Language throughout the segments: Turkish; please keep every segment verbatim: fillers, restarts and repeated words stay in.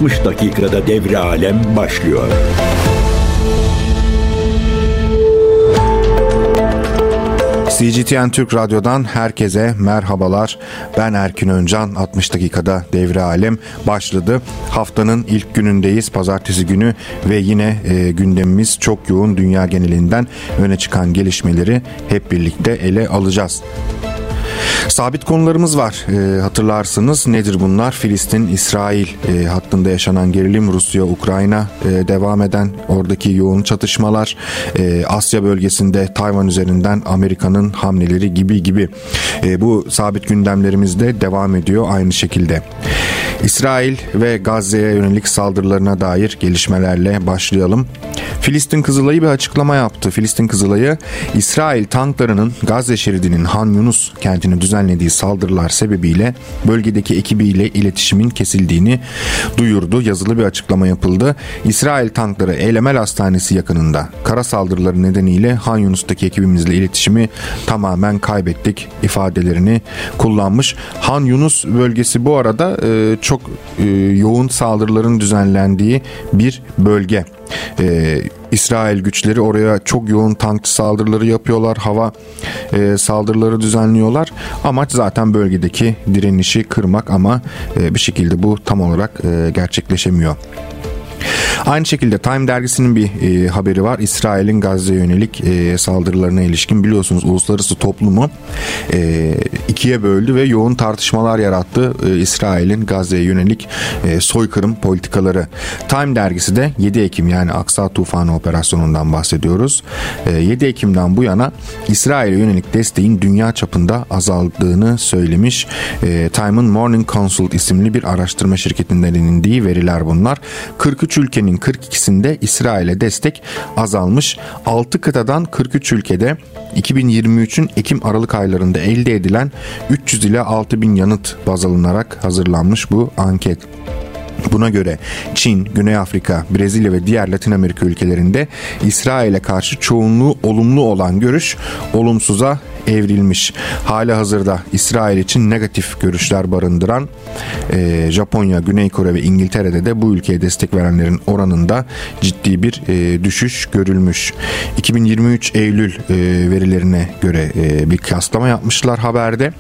altmış dakikada devre alem başlıyor. C G T N Türk Radyo'dan herkese merhabalar. Ben Erkin Öncan. altmış dakikada devre alem başladı. Haftanın ilk günündeyiz. Pazartesi günü ve yine e, gündemimiz çok yoğun. Dünya genelinden öne çıkan gelişmeleri hep birlikte ele alacağız. Sabit konularımız var. E, hatırlarsınız nedir bunlar? Filistin, İsrail e, hattında yaşanan gerilim, Rusya, Ukrayna e, devam eden oradaki yoğun çatışmalar, e, Asya bölgesinde Tayvan üzerinden Amerika'nın hamleleri gibi gibi. E, bu sabit gündemlerimizde devam ediyor aynı şekilde. İsrail ve Gazze'ye yönelik saldırılarına dair gelişmelerle başlayalım. Filistin Kızılayı bir açıklama yaptı. Filistin Kızılayı, İsrail tanklarının Gazze şeridinin Han Yunus kentine düzenlediği saldırılar sebebiyle bölgedeki ekibiyle iletişimin kesildiğini duyurdu. Yazılı bir açıklama yapıldı. İsrail tankları Eylemel Hastanesi yakınında kara saldırıları nedeniyle Han Yunus'taki ekibimizle iletişimi tamamen kaybettik ifadelerini kullanmış. Han Yunus bölgesi bu arada çok çok e, yoğun saldırıların düzenlendiği bir bölge. E, İsrail güçleri oraya çok yoğun tankçı saldırıları yapıyorlar, hava e, saldırıları düzenliyorlar. Amaç zaten bölgedeki direnişi kırmak ama e, bir şekilde bu tam olarak e, gerçekleşemiyor. Aynı şekilde Time dergisinin bir e, haberi var. İsrail'in Gazze'ye yönelik e, saldırılarına ilişkin, biliyorsunuz uluslararası toplumu e, ikiye böldü ve yoğun tartışmalar yarattı. E, İsrail'in Gazze'ye yönelik e, soykırım politikaları. Time dergisi de yedi Ekim, yani Aksa Tufanı operasyonundan bahsediyoruz. E, yedi Ekim'den bu yana İsrail'e yönelik desteğin dünya çapında azaldığını söylemiş. E, Time'ın Morning Consult isimli bir araştırma şirketinden edindiği veriler bunlar. kırk üç ülkenin kırk ikisinde İsrail'e destek azalmış. altı kıtadan kırk üç ülkede iki bin yirmi üçün Ekim-Aralık aylarında elde edilen üç yüz ila altı bin yanıt baz alınarak hazırlanmış bu anket. Buna göre Çin, Güney Afrika, Brezilya ve diğer Latin Amerika ülkelerinde İsrail'e karşı çoğunluğu olumlu olan görüş olumsuza evrilmiş. Halihazırda İsrail için negatif görüşler barındıran e, Japonya, Güney Kore ve İngiltere'de de bu ülkeye destek verenlerin oranında ciddi bir e, düşüş görülmüş. iki bin yirmi üç Eylül e, verilerine göre e, bir kıyaslama yapmışlar haberde.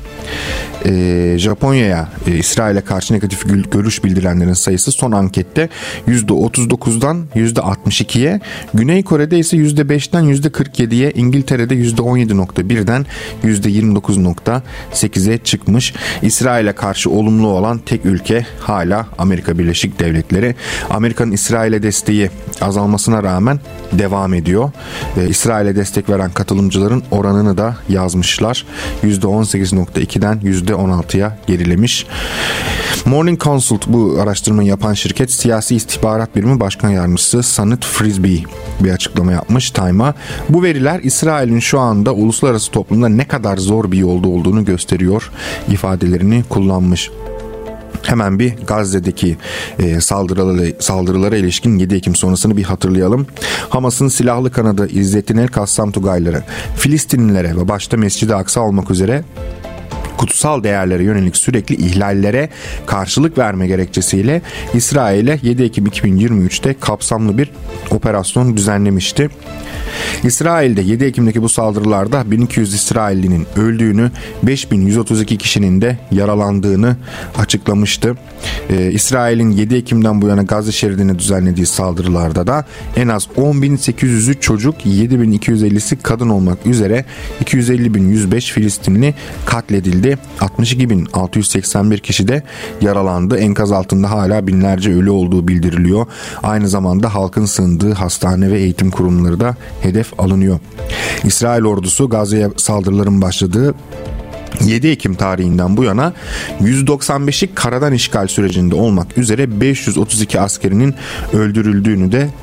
E, Japonya'ya, e, İsrail'e karşı negatif görüş bildirenlerin sayısı son ankette yüzde otuz dokuzdan yüzde altmış ikiye, Güney Kore'de ise yüzde beşten yüzde kırk yediye, İngiltere'de yüzde on yedi nokta birden yüzde yirmi dokuz nokta sekize çıkmış. İsrail'e karşı olumlu olan tek ülke hala Amerika Birleşik Devletleri. Amerika'nın İsrail'e desteği azalmasına rağmen devam ediyor. Ee, İsrail'e destek veren katılımcıların oranını da yazmışlar. yüzde on sekiz nokta ikiden yüzde on altıya gerilemiş. Morning Consult, bu araştırmayı yapan şirket, Siyasi İstihbarat Birimi Başkan Yardımcısı Sanit Frisbee bir açıklama yapmış Time'a. Bu veriler İsrail'in şu anda uluslararası toplumda ne kadar zor bir yolda olduğunu gösteriyor ifadelerini kullanmış. Hemen bir Gazze'deki e, saldırılara, saldırılara ilişkin yedi Ekim sonrasını bir hatırlayalım. Hamas'ın silahlı kanadı İzzettin El-Kassam Tugayları Filistinlilere ve başta Mescid-i Aksa olmak üzere kutsal değerlere yönelik sürekli ihlallere karşılık verme gerekçesiyle İsrail'e yedi Ekim iki bin yirmi üçte kapsamlı bir operasyon düzenlemişti. İsrail'de yedi Ekim'deki bu saldırılarda bin iki yüz İsraillinin öldüğünü, beş bin yüz otuz iki kişinin de yaralandığını açıklamıştı. Ee, İsrail'in yedi Ekim'den bu yana Gazze şeridine düzenlediği saldırılarda da en az on bin sekiz yüzü çocuk, yedi bin iki yüz ellisi kadın olmak üzere iki yüz elli bin yüz beş Filistinli katledildi. altmış iki bin altı yüz seksen bir kişi de yaralandı. Enkaz altında hala binlerce ölü olduğu bildiriliyor. Aynı zamanda halkın sığındığı hastane ve eğitim kurumları da hedef alınıyor. İsrail ordusu Gazze'ye saldırıların başladığı yedi Ekim tarihinden bu yana yüz doksan beşi karadan işgal sürecinde olmak üzere beş yüz otuz iki askerinin öldürüldüğünü de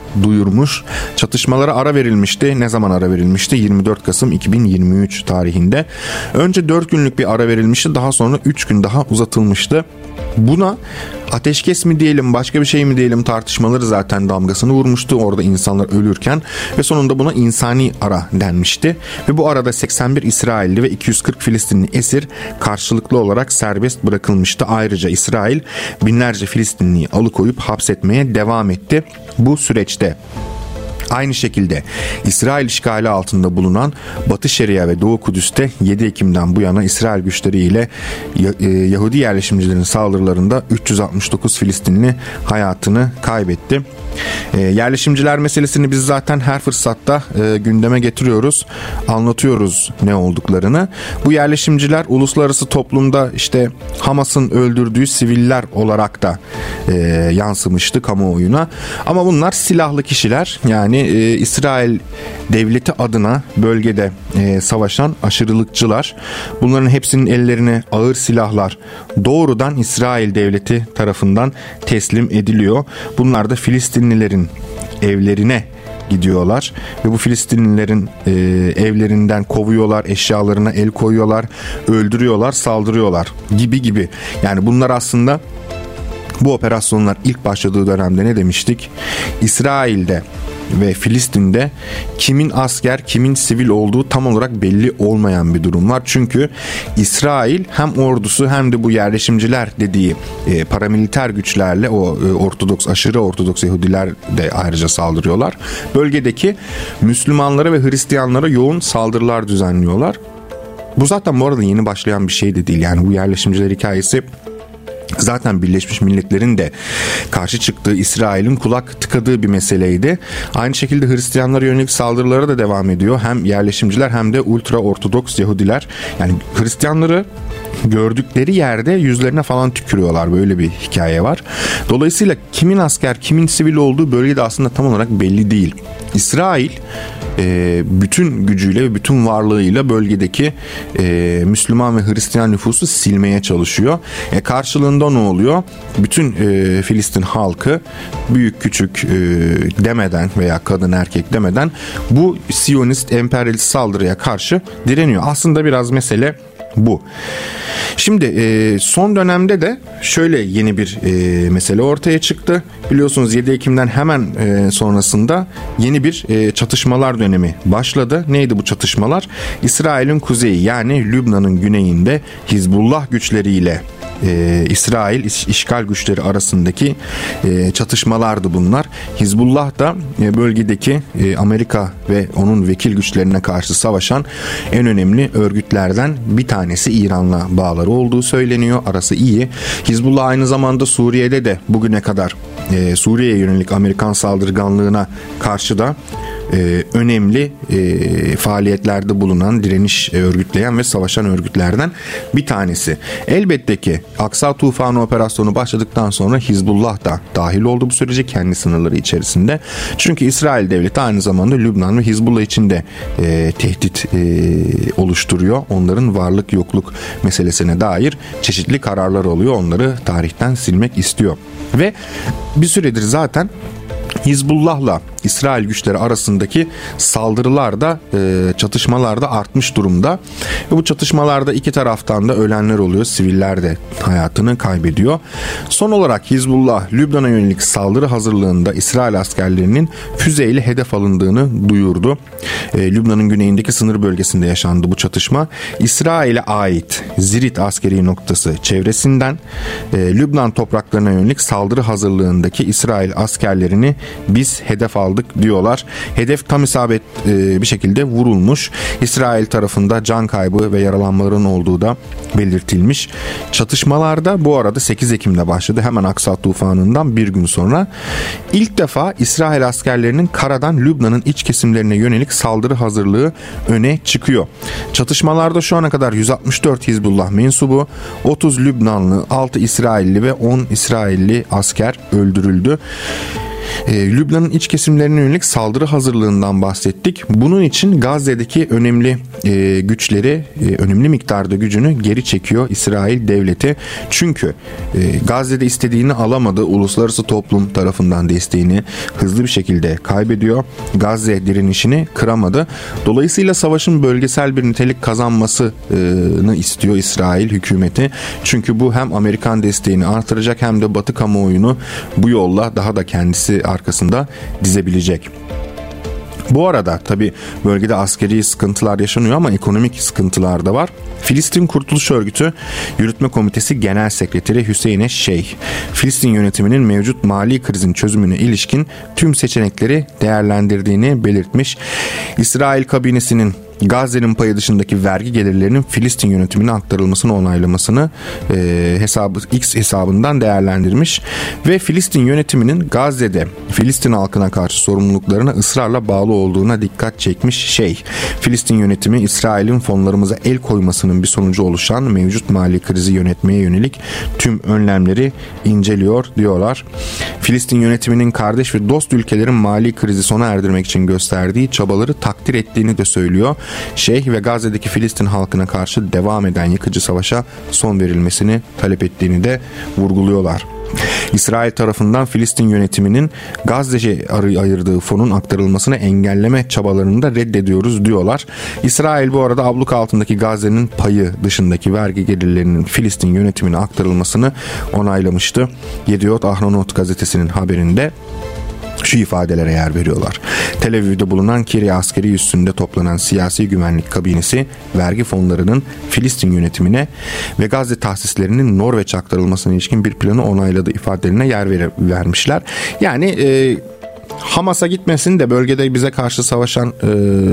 duyurmuş. Çatışmalara ara verilmişti. Ne zaman ara verilmişti? yirmi dört Kasım iki bin yirmi üç tarihinde. Önce dört günlük bir ara verilmişti. Daha sonra üç gün daha uzatılmıştı. Buna ateşkes mi diyelim, başka bir şey mi diyelim tartışmaları zaten damgasını vurmuştu orada insanlar ölürken ve sonunda buna insani ara denmişti. Ve bu arada seksen bir İsrailli ve iki yüz kırk Filistinli esir karşılıklı olarak serbest bırakılmıştı. Ayrıca İsrail binlerce Filistinliyi alıkoyup hapsetmeye devam etti bu süreçte. Aynı şekilde İsrail işgali altında bulunan Batı Şeria ve Doğu Kudüs'te yedi Ekim'den bu yana İsrail güçleriyle Yahudi yerleşimcilerin saldırılarında üç yüz altmış dokuz Filistinli hayatını kaybetti. E, yerleşimciler meselesini biz zaten her fırsatta e, gündeme getiriyoruz, anlatıyoruz ne olduklarını. Bu yerleşimciler uluslararası toplumda işte Hamas'ın öldürdüğü siviller olarak da e, yansımıştı kamuoyuna. Ama bunlar silahlı kişiler, yani e, İsrail devleti adına bölgede e, savaşan aşırılıkçılar. Bunların hepsinin ellerine ağır silahlar doğrudan İsrail devleti tarafından teslim ediliyor. Bunlar da Filistinlilerin evlerine gidiyorlar ve bu Filistinlilerin e, evlerinden kovuyorlar, eşyalarına el koyuyorlar, öldürüyorlar, saldırıyorlar gibi gibi. Yani bunlar aslında, bu operasyonlar ilk başladığı dönemde ne demiştik? İsrail'de ve Filistin'de kimin asker, kimin sivil olduğu tam olarak belli olmayan bir durum var. Çünkü İsrail hem ordusu hem de bu yerleşimciler dediği e, paramiliter güçlerle o e, Ortodoks, aşırı Ortodoks Yahudiler de ayrıca saldırıyorlar. Bölgedeki Müslümanlara ve Hristiyanlara yoğun saldırılar düzenliyorlar. Bu zaten bu arada yeni başlayan bir şey de değil. Yani bu yerleşimciler hikayesi zaten Birleşmiş Milletler'in de karşı çıktığı, İsrail'in kulak tıkadığı bir meseleydi. Aynı şekilde Hristiyanlara yönelik saldırılara da devam ediyor. Hem yerleşimciler hem de ultra ortodoks Yahudiler. Yani Hristiyanları gördükleri yerde yüzlerine falan tükürüyorlar. Böyle bir hikaye var. Dolayısıyla kimin asker, kimin sivil olduğu bölgede aslında tam olarak belli değil. İsrail e, bütün gücüyle ve bütün varlığıyla bölgedeki e, Müslüman ve Hristiyan nüfusu silmeye çalışıyor. E, karşılığında ne oluyor? Bütün e, Filistin halkı büyük küçük e, demeden veya kadın erkek demeden bu Siyonist emperyalist saldırıya karşı direniyor. Aslında biraz mesele bu. Şimdi e, son dönemde de şöyle yeni bir e, mesele ortaya çıktı. Biliyorsunuz yedi Ekim'den hemen e, sonrasında yeni bir e, çatışmalar dönemi başladı. Neydi bu çatışmalar? İsrail'in kuzeyi, yani Lübnan'ın güneyinde Hizbullah güçleriyle Ee, İsrail işgal güçleri arasındaki e, çatışmalardı bunlar. Hizbullah da e, bölgedeki e, Amerika ve onun vekil güçlerine karşı savaşan en önemli örgütlerden bir tanesi. İran'la bağları olduğu söyleniyor. Arası iyi. Hizbullah aynı zamanda Suriye'de de bugüne kadar e, Suriye'ye yönelik Amerikan saldırganlığına karşı da Ee, önemli e, faaliyetlerde bulunan, direniş e, örgütleyen ve savaşan örgütlerden bir tanesi. Elbette ki Aksa Tufanı operasyonu başladıktan sonra Hizbullah da dahil oldu bu sürece kendi sınırları içerisinde. Çünkü İsrail devleti aynı zamanda Lübnan ve Hizbullah için de e, tehdit e, oluşturuyor. Onların varlık yokluk meselesine dair çeşitli kararlar alıyor. Onları tarihten silmek istiyor. Ve bir süredir zaten Hizbullah'la İsrail güçleri arasındaki saldırılarda, çatışmalarda artmış durumda. Ve bu çatışmalarda iki taraftan da ölenler oluyor. Siviller de hayatını kaybediyor. Son olarak Hizbullah, Lübnan'a yönelik saldırı hazırlığında İsrail askerlerinin füzeyle hedef alındığını duyurdu. Lübnan'ın güneyindeki sınır bölgesinde yaşandı bu çatışma. İsrail'e ait Zirit askeri noktası çevresinden Lübnan topraklarına yönelik saldırı hazırlığındaki İsrail askerlerini biz hedef aldık diyorlar. Hedef tam isabet e, bir şekilde vurulmuş. İsrail tarafında can kaybı ve yaralanmaların olduğu da belirtilmiş. Çatışmalarda bu arada sekiz Ekim'de başladı. Hemen Aksa Tufanı'ndan bir gün sonra ilk defa İsrail askerlerinin karadan Lübnan'ın iç kesimlerine yönelik saldırı hazırlığı öne çıkıyor. Çatışmalarda şu ana kadar yüz altmış dört Hizbullah mensubu, otuz Lübnanlı, altı İsrailli ve on İsrailli asker öldürüldü. e, Lübnan'ın iç kesimlerine yönelik saldırı hazırlığından bahsettik. Bunun için Gazze'deki önemli e, güçleri, e, önemli miktarda gücünü geri çekiyor İsrail devleti. Çünkü e, Gazze'de istediğini alamadı. Uluslararası toplum tarafından desteğini hızlı bir şekilde kaybediyor. Gazze direnişini kıramadı. Dolayısıyla savaşın bölgesel bir nitelik kazanmasını istiyor İsrail hükümeti. Çünkü bu hem Amerikan desteğini artıracak hem de Batı kamuoyunu bu yolla daha da kendisi arkasında dizebilecek. Bu arada tabii bölgede askeri sıkıntılar yaşanıyor ama ekonomik sıkıntılar da var. Filistin Kurtuluş Örgütü Yürütme Komitesi Genel Sekreteri Hüseyin Eşşeyh, Filistin yönetiminin mevcut mali krizin çözümüne ilişkin tüm seçenekleri değerlendirdiğini belirtmiş. İsrail kabinesinin Gazze'nin payı dışındaki vergi gelirlerinin Filistin yönetimine aktarılmasını onaylamasını e, hesabı X hesabından değerlendirmiş ve Filistin yönetiminin Gazze'de Filistin halkına karşı sorumluluklarına ısrarla bağlı olduğuna dikkat çekmiş şey. Filistin yönetimi İsrail'in fonlarımıza el koymasının bir sonucu oluşan mevcut mali krizi yönetmeye yönelik tüm önlemleri inceliyor diyorlar. Filistin yönetiminin kardeş ve dost ülkelerin mali krizi sona erdirmek için gösterdiği çabaları takdir ettiğini de söylüyor. Şeyh ve Gazze'deki Filistin halkına karşı devam eden yıkıcı savaşa son verilmesini talep ettiğini de vurguluyorlar. İsrail tarafından Filistin yönetiminin Gazze'ye ayırdığı fonun aktarılmasını engelleme çabalarını da reddediyoruz diyorlar. İsrail bu arada abluka altındaki Gazze'nin payı dışındaki vergi gelirlerinin Filistin yönetimine aktarılmasını onaylamıştı. Yediot Ahronot gazetesinin haberinde şu ifadelere yer veriyorlar. Tel Aviv'de bulunan Kirya askeri üssünde toplanan siyasi güvenlik kabinesi vergi fonlarının Filistin yönetimine ve Gazze tahsislerinin Norveç aktarılmasına ilişkin bir planı onayladığı ifadelerine yer ver- vermişler. Yani e, Hamas'a gitmesin de bölgede bize karşı savaşan e,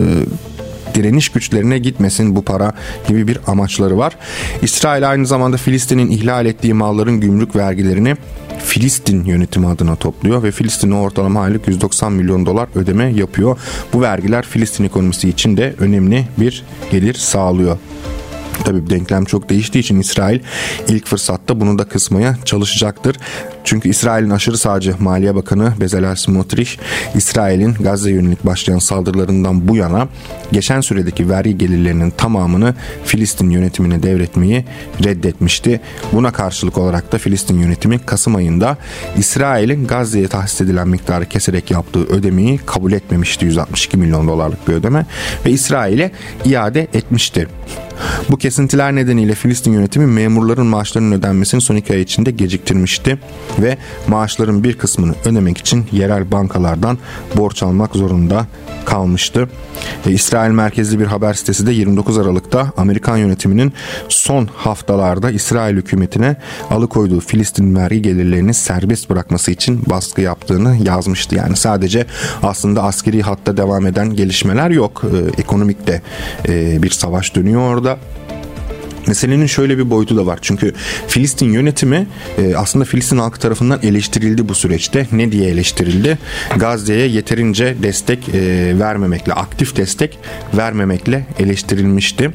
direniş güçlerine gitmesin bu para gibi bir amaçları var. İsrail aynı zamanda Filistin'in ihlal ettiği malların gümrük vergilerini Filistin yönetimi adına topluyor ve Filistin'e ortalama aylık yüz doksan milyon dolar ödeme yapıyor. Bu vergiler Filistin ekonomisi için de önemli bir gelir sağlıyor. Tabii denklem çok değiştiği için İsrail ilk fırsatta bunu da kısmaya çalışacaktır. Çünkü İsrail'in aşırı sağcı Maliye Bakanı Bezalel Smotrich, İsrail'in Gazze yönelik başlayan saldırılarından bu yana geçen süredeki vergi gelirlerinin tamamını Filistin yönetimine devretmeyi reddetmişti. Buna karşılık olarak da Filistin yönetimi Kasım ayında İsrail'in Gazze'ye tahsis edilen miktarı keserek yaptığı ödemeyi kabul etmemişti. yüz altmış iki milyon dolarlık bir ödeme ve İsrail'e iade etmişti. Bu kesintiler nedeniyle Filistin yönetimi memurların maaşlarının ödenmesini son iki ay içinde geciktirmişti ve maaşların bir kısmını ödemek için yerel bankalardan borç almak zorunda kalmıştı. E, İsrail merkezli bir haber sitesi de yirmi dokuz Aralık'ta Amerikan yönetiminin son haftalarda İsrail hükümetine alıkoyduğu Filistin vergi gelirlerini serbest bırakması için baskı yaptığını yazmıştı. Yani sadece aslında askeri hatta devam eden gelişmeler yok. E, ekonomik de e, bir savaş dönüyor orada. Meselenin şöyle bir boyutu da var. Çünkü Filistin yönetimi aslında Filistin halkı tarafından eleştirildi bu süreçte. Ne diye eleştirildi? Gazze'ye yeterince destek vermemekle, aktif destek vermemekle eleştirilmişti.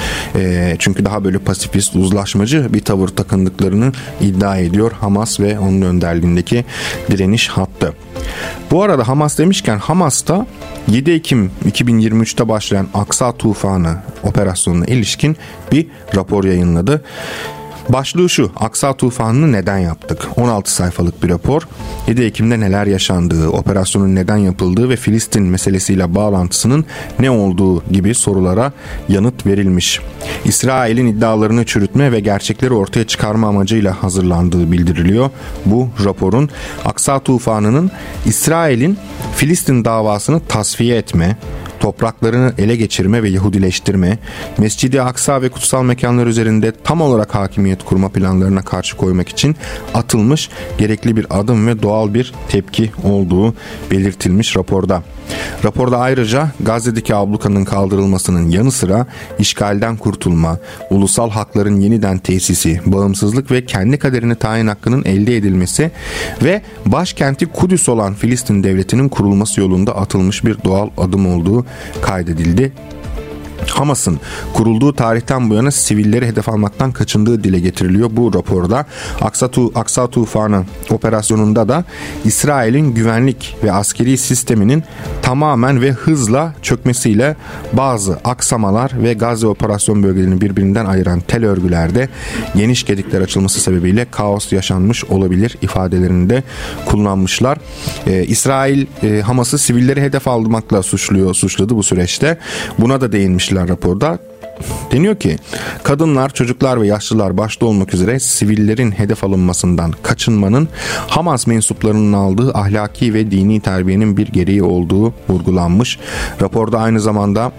Çünkü daha böyle pasifist, uzlaşmacı bir tavır takındıklarını iddia ediyor Hamas ve onun önderliğindeki direniş hattı. Bu arada Hamas demişken Hamas'ta yedi Ekim iki bin yirmi üçte başlayan Aksa Tufanı operasyonuna ilişkin bir rapor yayınladı. Başlığı şu: Aksa Tufanı'nı neden yaptık? on altı sayfalık bir rapor. yedi Ekim'de neler yaşandığı, operasyonun neden yapıldığı ve Filistin meselesiyle bağlantısının ne olduğu gibi sorulara yanıt verilmiş. İsrail'in iddialarını çürütme ve gerçekleri ortaya çıkarma amacıyla hazırlandığı bildiriliyor. Bu raporun Aksa Tufanı'nın İsrail'in Filistin davasını tasfiye etme, topraklarını ele geçirme ve Yahudileştirme, Mescid-i Aksa ve kutsal mekanlar üzerinde tam olarak hakimiyet kurma planlarına karşı koymak için atılmış gerekli bir adım ve doğal bir tepki olduğu belirtilmiş raporda. Raporda ayrıca Gazze'deki ablukanın kaldırılmasının yanı sıra işgalden kurtulma, ulusal hakların yeniden tesisi, bağımsızlık ve kendi kaderini tayin hakkının elde edilmesi ve başkenti Kudüs olan Filistin devletinin kurulması yolunda atılmış bir doğal adım olduğu kaydedildi. Hamas'ın kurulduğu tarihten bu yana sivilleri hedef almaktan kaçındığı dile getiriliyor bu raporda. Aksa, tu, Aksa Tufanı operasyonunda da İsrail'in güvenlik ve askeri sisteminin tamamen ve hızla çökmesiyle bazı aksamalar ve Gazze operasyon bölgelerini birbirinden ayıran tel örgülerde geniş gedikler açılması sebebiyle kaos yaşanmış olabilir ifadelerini de kullanmışlar. Ee, İsrail e, Hamas'ı sivilleri hedef almakla suçluyor, suçladı bu süreçte. Buna da değinmişler raporda. Deniyor ki kadınlar, çocuklar ve yaşlılar başta olmak üzere sivillerin hedef alınmasından kaçınmanın Hamas mensuplarının aldığı ahlaki ve dini terbiyenin bir gereği olduğu vurgulanmış. Raporda aynı zamanda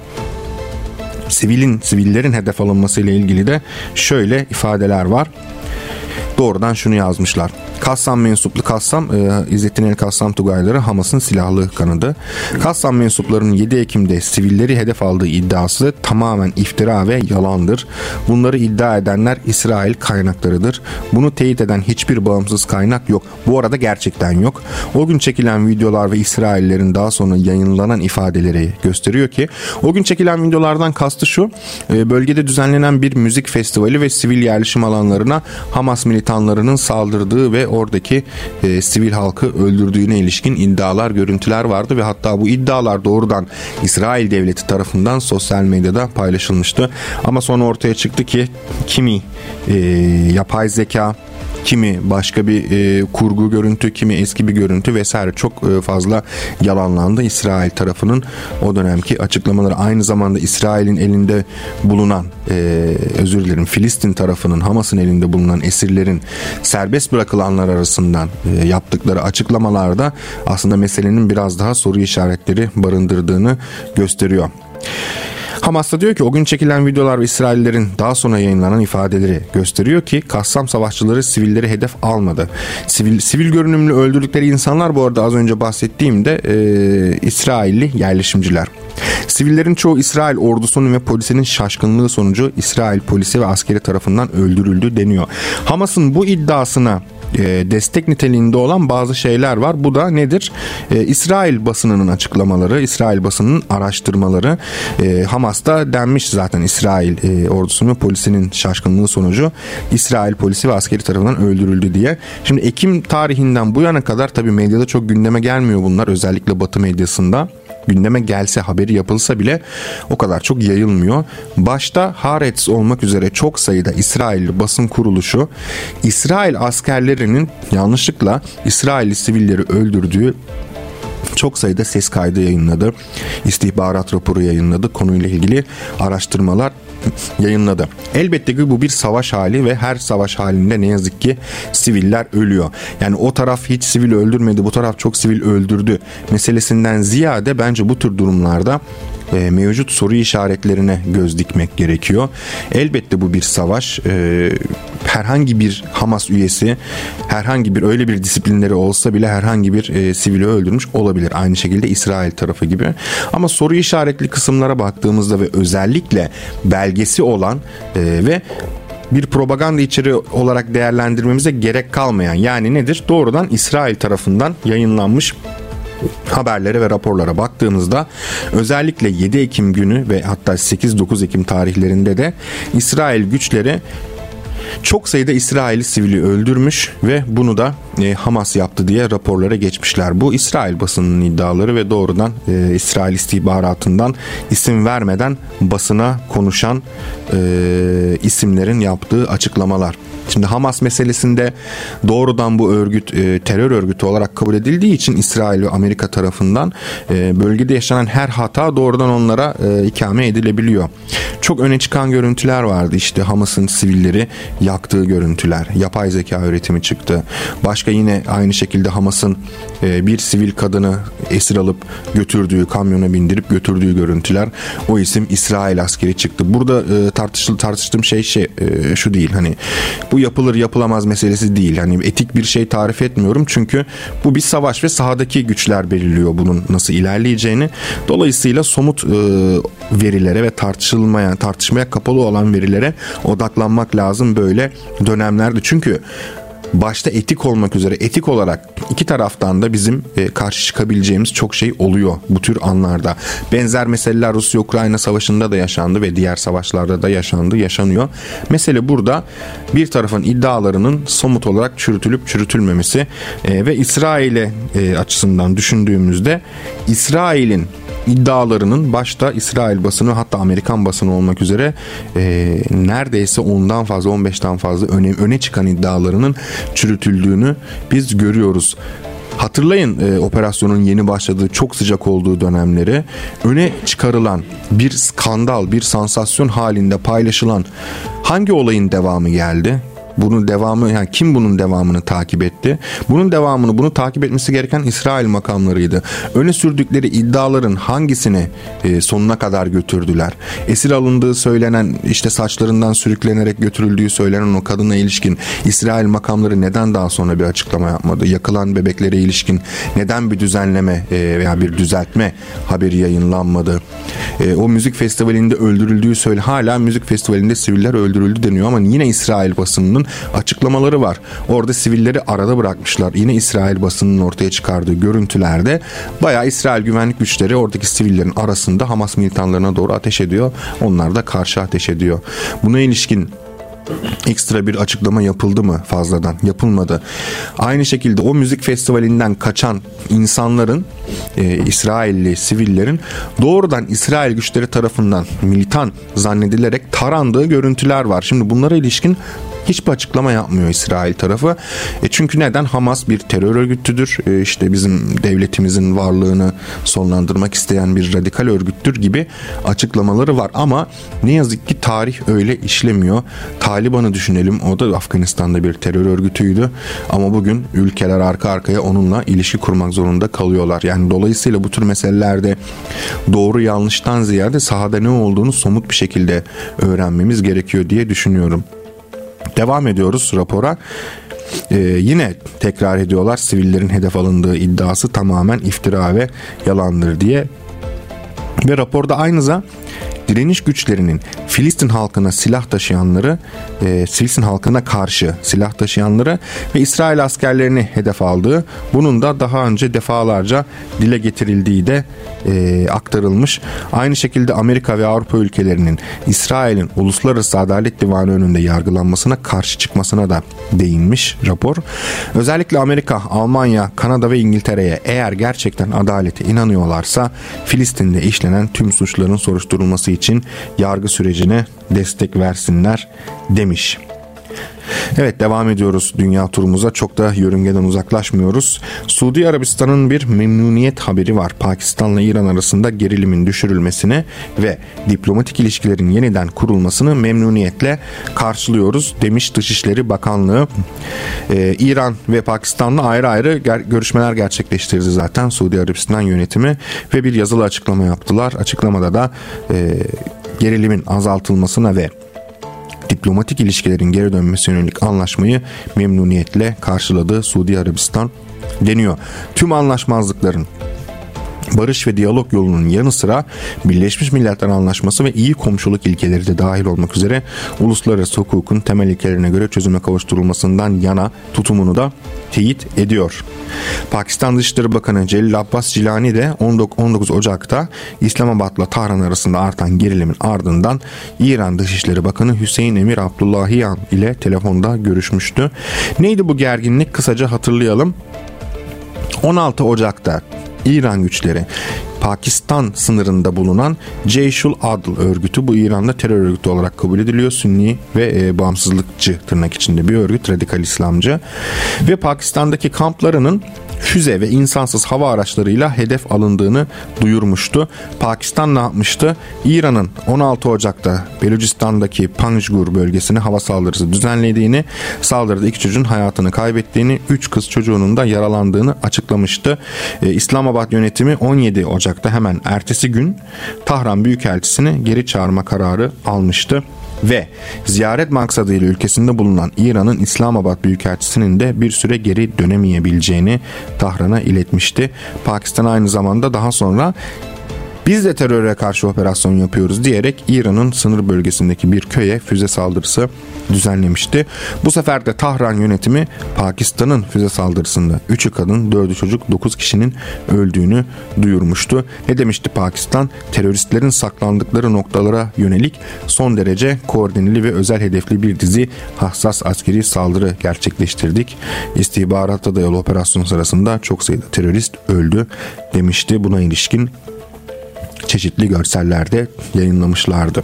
sivilin, sivillerin hedef alınması ile ilgili de şöyle ifadeler var. Doğrudan şunu yazmışlar. Kassam mensuplu Kassam, e, İzzettin El Kassam Tugayları Hamas'ın silahlı kanadı. Kassam mensuplarının yedi Ekim'de sivilleri hedef aldığı iddiası tamamen iftira ve yalandır. Bunları iddia edenler İsrail kaynaklarıdır. Bunu teyit eden hiçbir bağımsız kaynak yok. Bu arada gerçekten yok. O gün çekilen videolar ve İsraillerin daha sonra yayınlanan ifadeleri gösteriyor ki o gün çekilen videolardan kastı şu: e, bölgede düzenlenen bir müzik festivali ve sivil yerleşim alanlarına Hamas militanlarının saldırdığı ve oradaki e, sivil halkı öldürdüğüne ilişkin iddialar, görüntüler vardı ve hatta bu iddialar doğrudan İsrail devleti tarafından sosyal medyada paylaşılmıştı. Ama sonra ortaya çıktı ki kimi e, yapay zeka, kimi başka bir e, kurgu görüntü, kimi eski bir görüntü vesaire çok e, fazla yalanlandı. İsrail tarafının o dönemki açıklamaları, aynı zamanda İsrail'in elinde bulunan e, özür dilerim Filistin tarafının, Hamas'ın elinde bulunan esirlerin serbest bırakılanlar arasından e, yaptıkları açıklamalarda aslında meselenin biraz daha soru işaretleri barındırdığını gösteriyor. Hamas da diyor ki o gün çekilen videolar ve İsraillerin daha sonra yayınlanan ifadeleri gösteriyor ki Kassam savaşçıları sivilleri hedef almadı. Sivil, sivil görünümlü öldürdükleri insanlar bu arada az önce bahsettiğimde e, İsrailli yerleşimciler. Sivillerin çoğu İsrail ordusunun ve polisinin şaşkınlığı sonucu İsrail polisi ve askeri tarafından öldürüldü deniyor. Hamas'ın bu iddiasına destek niteliğinde olan bazı şeyler var. Bu da nedir? Ee, İsrail basınının açıklamaları, İsrail basınının araştırmaları. Ee, Hamas'ta denmiş zaten İsrail e, ordusunun ve polisinin şaşkınlığı sonucu İsrail polisi ve askeri tarafından öldürüldü diye. Şimdi Ekim tarihinden bu yana kadar tabii medyada çok gündeme gelmiyor bunlar. Özellikle Batı medyasında. Gündeme gelse, haberi yapılsa bile o kadar çok yayılmıyor. Başta Haaretz olmak üzere çok sayıda İsrailli basın kuruluşu İsrail askerlerinin yanlışlıkla İsrailli sivilleri öldürdüğü çok sayıda ses kaydı yayınladı. İstihbarat raporu yayınladı. Konuyla ilgili araştırmalar yayınladı. Elbette ki bu bir savaş hali ve her savaş halinde ne yazık ki siviller ölüyor. Yani o taraf hiç sivil öldürmedi, bu taraf çok sivil öldürdü meselesinden ziyade bence bu tür durumlarda e, mevcut soru işaretlerine göz dikmek gerekiyor. Elbette bu bir savaş. E, herhangi bir Hamas üyesi herhangi bir öyle bir disiplinleri olsa bile herhangi bir e, sivili öldürmüş olabilir. Aynı şekilde İsrail tarafı gibi. Ama soru işaretli kısımlara baktığımızda ve özellikle belgesi olan e, ve bir propaganda içeriği olarak değerlendirmemize gerek kalmayan, yani nedir? Doğrudan İsrail tarafından yayınlanmış haberlere ve raporlara baktığımızda özellikle yedi Ekim günü ve hatta sekiz dokuz Ekim tarihlerinde de İsrail güçleri çok sayıda İsrailli sivili öldürmüş ve bunu da e, Hamas yaptı diye raporlara geçmişler. Bu İsrail basınının iddiaları ve doğrudan e, İsrail istihbaratından isim vermeden basına konuşan e, isimlerin yaptığı açıklamalar. Şimdi Hamas meselesinde doğrudan bu örgüt e, terör örgütü olarak kabul edildiği için İsrail ve Amerika tarafından e, bölgede yaşanan her hata doğrudan onlara e, ikame edilebiliyor. Çok öne çıkan görüntüler vardı. İşte Hamas'ın sivilleri yaktığı görüntüler. Yapay zeka üretimi çıktı. Başka yine aynı şekilde Hamas'ın e, bir sivil kadını esir alıp götürdüğü, kamyona bindirip götürdüğü görüntüler. O isim İsrail askeri çıktı. Burada e, tartışıl, tartıştığım şey şey e, şu değil. Hani bu yapılır yapılamaz meselesi değil. Hani etik bir şey tarif etmiyorum. Çünkü bu bir savaş ve sahadaki güçler belirliyor bunun nasıl ilerleyeceğini. Dolayısıyla somut e, verilere ve tartışılmaya, tartışmaya kapalı olan verilere odaklanmak lazım böyle dönemlerde. Çünkü başta etik olmak üzere etik olarak iki taraftan da bizim e, karşı çıkabileceğimiz çok şey oluyor bu tür anlarda. Benzer meseleler Rusya-Ukrayna savaşında da yaşandı ve diğer savaşlarda da yaşandı, yaşanıyor. Mesele burada bir tarafın iddialarının somut olarak çürütülüp çürütülmemesi e, ve İsrail'e e, açısından düşündüğümüzde İsrail'in iddialarının başta İsrail basını, hatta Amerikan basını olmak üzere e, neredeyse ondan fazla, on beşten fazla öne, öne çıkan iddialarının çürütüldüğünü biz görüyoruz. Hatırlayın e, operasyonun yeni başladığı, çok sıcak olduğu dönemleri, öne çıkarılan bir skandal, bir sansasyon halinde paylaşılan hangi olayın devamı geldi? Bunun devamı, yani kim bunun devamını takip etti? Bunun devamını, bunu takip etmesi gereken İsrail makamlarıydı. Öne sürdükleri iddiaların hangisini e, sonuna kadar götürdüler? Esir alındığı söylenen, işte saçlarından sürüklenerek götürüldüğü söylenen o kadına ilişkin İsrail makamları neden daha sonra bir açıklama yapmadı? Yakılan bebeklere ilişkin neden bir düzenleme e, veya bir düzeltme haberi yayınlanmadı? E, o müzik festivalinde öldürüldüğü söyle, hala müzik festivalinde siviller öldürüldü deniyor ama yine İsrail basınının açıklamaları var. Orada sivilleri arada bırakmışlar. Yine İsrail basınının ortaya çıkardığı görüntülerde bayağı İsrail güvenlik güçleri oradaki sivillerin arasında Hamas militanlarına doğru ateş ediyor. Onlar da karşı ateş ediyor. Buna ilişkin ekstra bir açıklama yapıldı mı fazladan? Yapılmadı. Aynı şekilde o müzik festivalinden kaçan insanların, e, İsrailli sivillerin doğrudan İsrail güçleri tarafından militan zannedilerek tarandığı görüntüler var. Şimdi bunlara ilişkin hiçbir açıklama yapmıyor İsrail tarafı. E çünkü neden? Hamas bir terör örgütüdür. E işte bizim devletimizin varlığını sonlandırmak isteyen bir radikal örgüttür gibi açıklamaları var. Ama ne yazık ki tarih öyle işlemiyor. Taliban'ı düşünelim. O da Afganistan'da bir terör örgütüydü. Ama bugün ülkeler arka arkaya onunla ilişki kurmak zorunda kalıyorlar. Yani dolayısıyla bu tür meselelerde doğru yanlıştan ziyade sahada ne olduğunu somut bir şekilde öğrenmemiz gerekiyor diye düşünüyorum. Devam ediyoruz rapora. Ee, yine tekrar ediyorlar, sivillerin hedef alındığı iddiası tamamen iftira ve yalandır diye. Ve raporda aynıza direniş güçlerinin Filistin halkına silah taşıyanları, e, Filistin halkına karşı silah taşıyanları ve İsrail askerlerini hedef aldığı, bunun da daha önce defalarca dile getirildiği de e, aktarılmış. Aynı şekilde Amerika ve Avrupa ülkelerinin İsrail'in Uluslararası Adalet Divanı önünde yargılanmasına karşı çıkmasına da değinmiş rapor. Özellikle Amerika, Almanya, Kanada ve İngiltere'ye eğer gerçekten adalete inanıyorlarsa Filistin'de işlenen tüm suçların soruşturulması için yargı sürecine destek versinler demiş. Evet, devam ediyoruz dünya turumuza. Çok da yörüngeden uzaklaşmıyoruz. Suudi Arabistan'ın bir memnuniyet haberi var. Pakistan'la İran arasında gerilimin düşürülmesini ve diplomatik ilişkilerin yeniden kurulmasını memnuniyetle karşılıyoruz demiş Dışişleri Bakanlığı. Ee, İran ve Pakistan'la ayrı ayrı ger- görüşmeler gerçekleştirdi zaten Suudi Arabistan yönetimi ve bir yazılı açıklama yaptılar. Açıklamada da e, gerilimin azaltılmasına ve diplomatik ilişkilerin geri dönmesi yönelik anlaşmayı memnuniyetle karşıladı Suudi Arabistan deniyor. Tüm anlaşmazlıkların barış ve diyalog yolunun yanı sıra Birleşmiş Milletler Anlaşması ve iyi komşuluk ilkeleri de dahil olmak üzere uluslararası hukukun temel ilkelerine göre çözüme kavuşturulmasından yana tutumunu da teyit ediyor. Pakistan Dışişleri Bakanı Celil Abbas Cilani de on dokuz Ocak'ta İslamabad'la Tahran arasında artan gerilimin ardından İran Dışişleri Bakanı Hüseyin Emir Abdullahiyan ile telefonda görüşmüştü. Neydi bu gerginlik? Kısaca hatırlayalım. on altı Ocak'ta İran güçleri Pakistan sınırında bulunan Ceyşul Adl örgütü, bu İran'da terör örgütü olarak kabul ediliyor. Sünni ve e, bağımsızlıkçı tırnak içinde bir örgüt, radikal İslamcı. Ve Pakistan'daki kamplarının füze ve insansız hava araçlarıyla hedef alındığını duyurmuştu. Pakistan ne yapmıştı? İran'ın on altı Ocak'ta Belucistan'daki Panjgur bölgesine hava saldırısı düzenlediğini, saldırıda iki çocuğun hayatını kaybettiğini, üç kız çocuğunun da yaralandığını açıklamıştı. Ee, İslamabad yönetimi on yedi Ocak'ta hemen ertesi gün Tahran Büyükelçisini geri çağırma kararı almıştı. Ve ziyaret maksadıyla ülkesinde bulunan İran'ın İslamabad Büyükelçisi'nin de bir süre geri dönemeyebileceğini Tahran'a iletmişti. Pakistan aynı zamanda daha sonra Biz de teröre karşı operasyon yapıyoruz diyerek İran'ın sınır bölgesindeki bir köye füze saldırısı düzenlemişti. Bu sefer de Tahran yönetimi Pakistan'ın füze saldırısında üçü kadın, dördü çocuk, dokuz kişinin öldüğünü duyurmuştu. Ne demişti Pakistan? Teröristlerin saklandıkları noktalara yönelik son derece koordineli ve özel hedefli bir dizi hassas askeri saldırı gerçekleştirdik. İstihbarata dayalı operasyon sırasında çok sayıda terörist öldü demişti. Buna ilişkin çeşitli görsellerde yayınlamışlardı.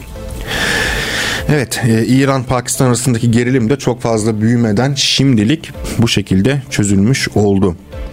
Evet, e, İran-Pakistan arasındaki gerilim de çok fazla büyümeden şimdilik bu şekilde çözülmüş oldu.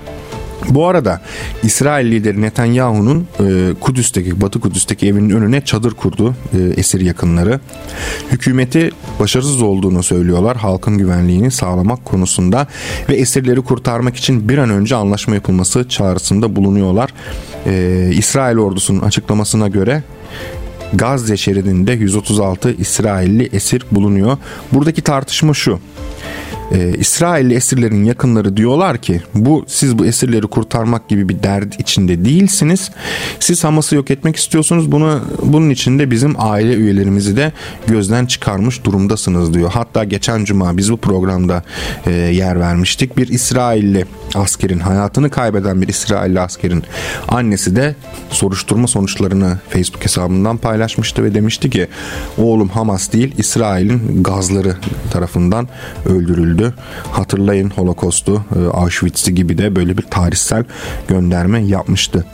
Bu arada İsrail lideri Netanyahu'nun e, Kudüs'teki, Batı Kudüs'teki evinin önüne çadır kurdu e, esir yakınları. Hükümeti başarısız olduğunu söylüyorlar halkın güvenliğini sağlamak konusunda ve esirleri kurtarmak için bir an önce anlaşma yapılması çağrısında bulunuyorlar. E, İsrail ordusunun açıklamasına göre Gazze şeridinde yüz otuz altı İsrailli esir bulunuyor. Buradaki tartışma şu. Ee, İsrailli esirlerin yakınları diyorlar ki bu siz bu esirleri kurtarmak gibi bir dert içinde değilsiniz. Siz Hamas'ı yok etmek istiyorsunuz. Bunu bunun için de bizim aile üyelerimizi de gözden çıkarmış durumdasınız diyor. Hatta geçen cuma biz bu programda e, yer vermiştik. Bir İsrailli askerin, hayatını kaybeden bir İsrailli askerin annesi de soruşturma sonuçlarını Facebook hesabından paylaşmıştı ve demişti ki oğlum Hamas değil İsrail'in gazları tarafından öldürüldü. Hatırlayın Holocaust'u, Auschwitz'i gibi de böyle bir tarihsel gönderme yapmıştı.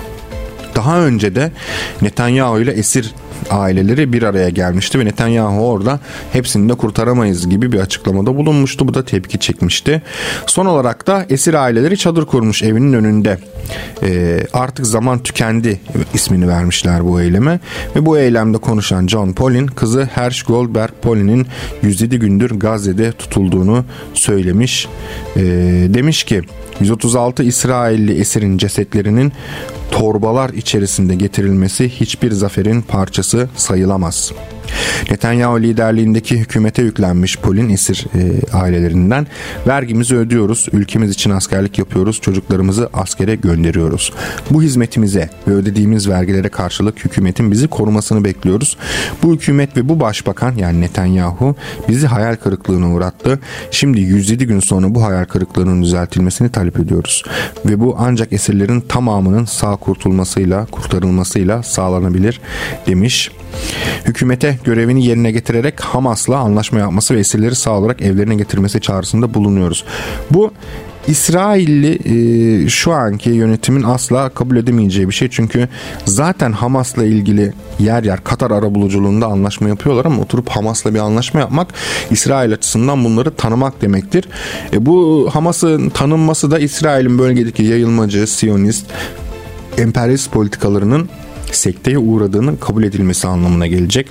Daha önce de Netanyahu ile esir aileleri bir araya gelmişti ve Netanyahu orada hepsini de kurtaramayız gibi bir açıklamada bulunmuştu. Bu da tepki çekmişti. Son olarak da esir aileleri çadır kurmuş evinin önünde. Ee, artık zaman tükendi ismini vermişler bu eyleme ve bu eylemde konuşan John Paulin kızı Hersh Goldberg Paulin'in yüz yedi gündür Gazze'de tutulduğunu söylemiş. Ee, demiş ki yüz otuz altı İsrailli esirin cesetlerinin torbalar içerisinde getirilmesi hiçbir zaferin parçası sayılamaz. Netanyahu liderliğindeki hükümete yüklenmiş Paulin esir e, ailelerinden vergimizi ödüyoruz, ülkemiz için askerlik yapıyoruz, çocuklarımızı askere gönderiyoruz. Bu hizmetimize ve ödediğimiz vergilere karşılık hükümetin bizi korumasını bekliyoruz. Bu hükümet ve bu başbakan yani Netanyahu bizi hayal kırıklığına uğrattı. Şimdi yüz yedi gün sonra bu hayal kırıklığının düzeltilmesini talep ediyoruz. Ve bu ancak esirlerin tamamının sağ kurtulmasıyla, kurtarılmasıyla sağlanabilir demiş. Hükümete görevini yerine getirerek Hamas'la anlaşma yapması ve esirleri sağ olarak evlerine getirmesi çağrısında bulunuyoruz. Bu İsrailli e, şu anki yönetimin asla kabul edemeyeceği bir şey. Çünkü zaten Hamas'la ilgili yer yer Katar arabuluculuğunda anlaşma yapıyorlar ama oturup Hamas'la bir anlaşma yapmak İsrail açısından bunları tanımak demektir. E, bu Hamas'ın tanınması da İsrail'in bölgedeki yayılmacı, Siyonist, emperyalist politikalarının sekteye uğradığının kabul edilmesi anlamına gelecek.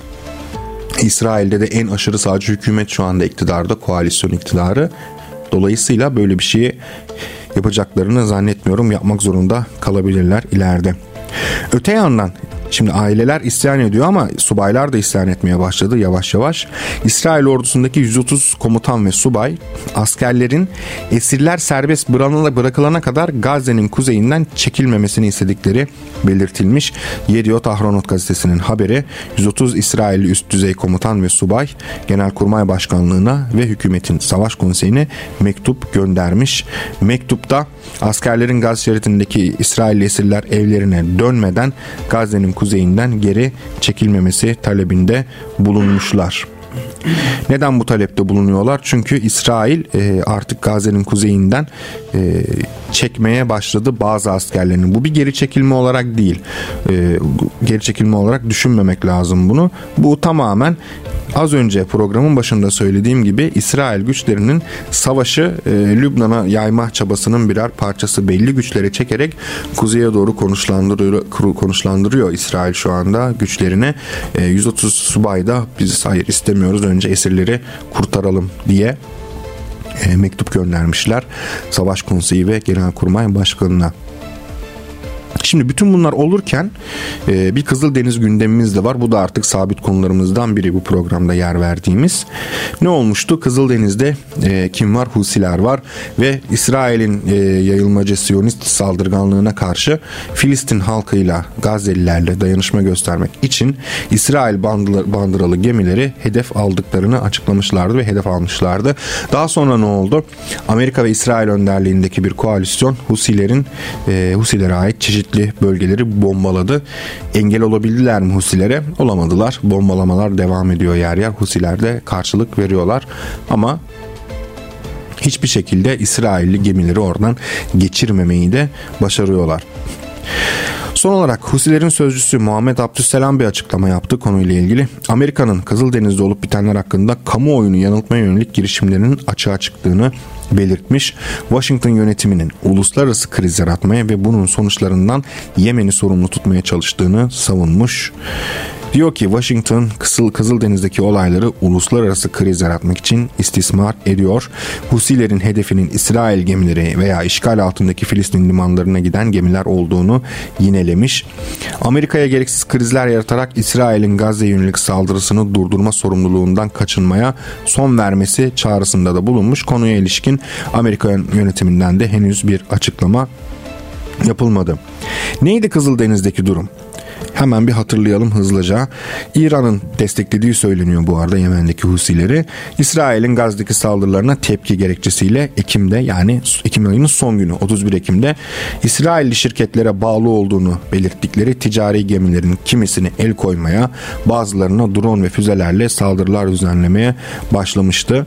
İsrail'de de en aşırı sağcı hükümet şu anda iktidarda, koalisyon iktidarı. Dolayısıyla böyle bir şeyi yapacaklarını zannetmiyorum. Yapmak zorunda kalabilirler ileride. Öte yandan şimdi aileler isyan ediyor ama subaylar da isyan etmeye başladı yavaş yavaş. İsrail ordusundaki yüz otuz komutan ve subay askerlerin esirler serbest bırakılana kadar Gazze'nin kuzeyinden çekilmemesini istedikleri belirtilmiş. Yediot Ahronot gazetesinin haberi yüz otuz İsrailli üst düzey komutan ve subay Genelkurmay Başkanlığı'na ve hükümetin savaş konseyine mektup göndermiş. Mektupta askerlerin Gazze şeridindeki İsrailli esirler evlerine dönmeden Gazze'nin kuzeyinden geri çekilmemesi talebinde bulunmuşlar. Neden bu talepte bulunuyorlar? Çünkü İsrail e, artık Gazze'nin kuzeyinden e, çekmeye başladı bazı askerlerini. Bu bir geri çekilme olarak değil. E, geri çekilme olarak düşünmemek lazım bunu. Bu tamamen az önce programın başında söylediğim gibi İsrail güçlerinin savaşı e, Lübnan'a yayma çabasının birer parçası. Belli güçleri çekerek kuzeye doğru konuşlandırıyor, konuşlandırıyor İsrail şu anda güçlerini. E, yüz otuz subay da biz hayır istemiyoruz, önce esirleri kurtaralım diye e, mektup göndermişler Savaş Konseyi ve Genelkurmay Başkanı'na. Şimdi bütün bunlar olurken e, bir Kızıldeniz gündemimiz de var. Bu da artık sabit konularımızdan biri, bu programda yer verdiğimiz. Ne olmuştu? Kızıldeniz'de e, kim var? Husiler var ve İsrail'in e, yayılmacı Siyonist saldırganlığına karşı Filistin halkıyla, Gazze'lilerle dayanışma göstermek için İsrail bandıralı gemileri hedef aldıklarını açıklamışlardı ve hedef almışlardı. Daha sonra ne oldu? Amerika ve İsrail önderliğindeki bir koalisyon Husilerin e, Husilere ait çeşitli bölgeleri bombaladı. Engel olabildiler mi Husilere? Olamadılar. Bombalamalar devam ediyor yer yer. Husiler de karşılık veriyorlar ama hiçbir şekilde İsrailli gemileri oradan geçirmemeyi de başarıyorlar. Son olarak Husilerin sözcüsü Muhammed Abdüsselam bir açıklama yaptı konuyla ilgili. Amerika'nın Kızıldeniz'de olup bitenler hakkında kamuoyunu yanıltmaya yönelik girişimlerinin açığa çıktığını belirtmiş. Washington yönetiminin uluslararası kriz yaratmaya ve bunun sonuçlarından Yemen'i sorumlu tutmaya çalıştığını savunmuş. Diyor ki Washington Kızıl Kızıldeniz'deki olayları uluslararası kriz yaratmak için istismar ediyor. Husilerin hedefinin İsrail gemileri veya işgal altındaki Filistin limanlarına giden gemiler olduğunu yinelemiş. Amerika'ya gereksiz krizler yaratarak İsrail'in Gazze'ye yönelik saldırısını durdurma sorumluluğundan kaçınmaya son vermesi çağrısında da bulunmuş. Konuya ilişkin Amerika yönetiminden de henüz bir açıklama yapılmadı. Neydi Kızıldeniz'deki durum? Hemen bir hatırlayalım hızlıca. İran'ın desteklediği söyleniyor bu arada Yemen'deki Husileri. İsrail'in Gazze'deki saldırılarına tepki gerekçesiyle Ekim'de, yani Ekim ayının son günü otuz bir Ekim'de İsrailli şirketlere bağlı olduğunu belirttikleri ticari gemilerin kimisini el koymaya, bazılarına drone ve füzelerle saldırılar düzenlemeye başlamıştı.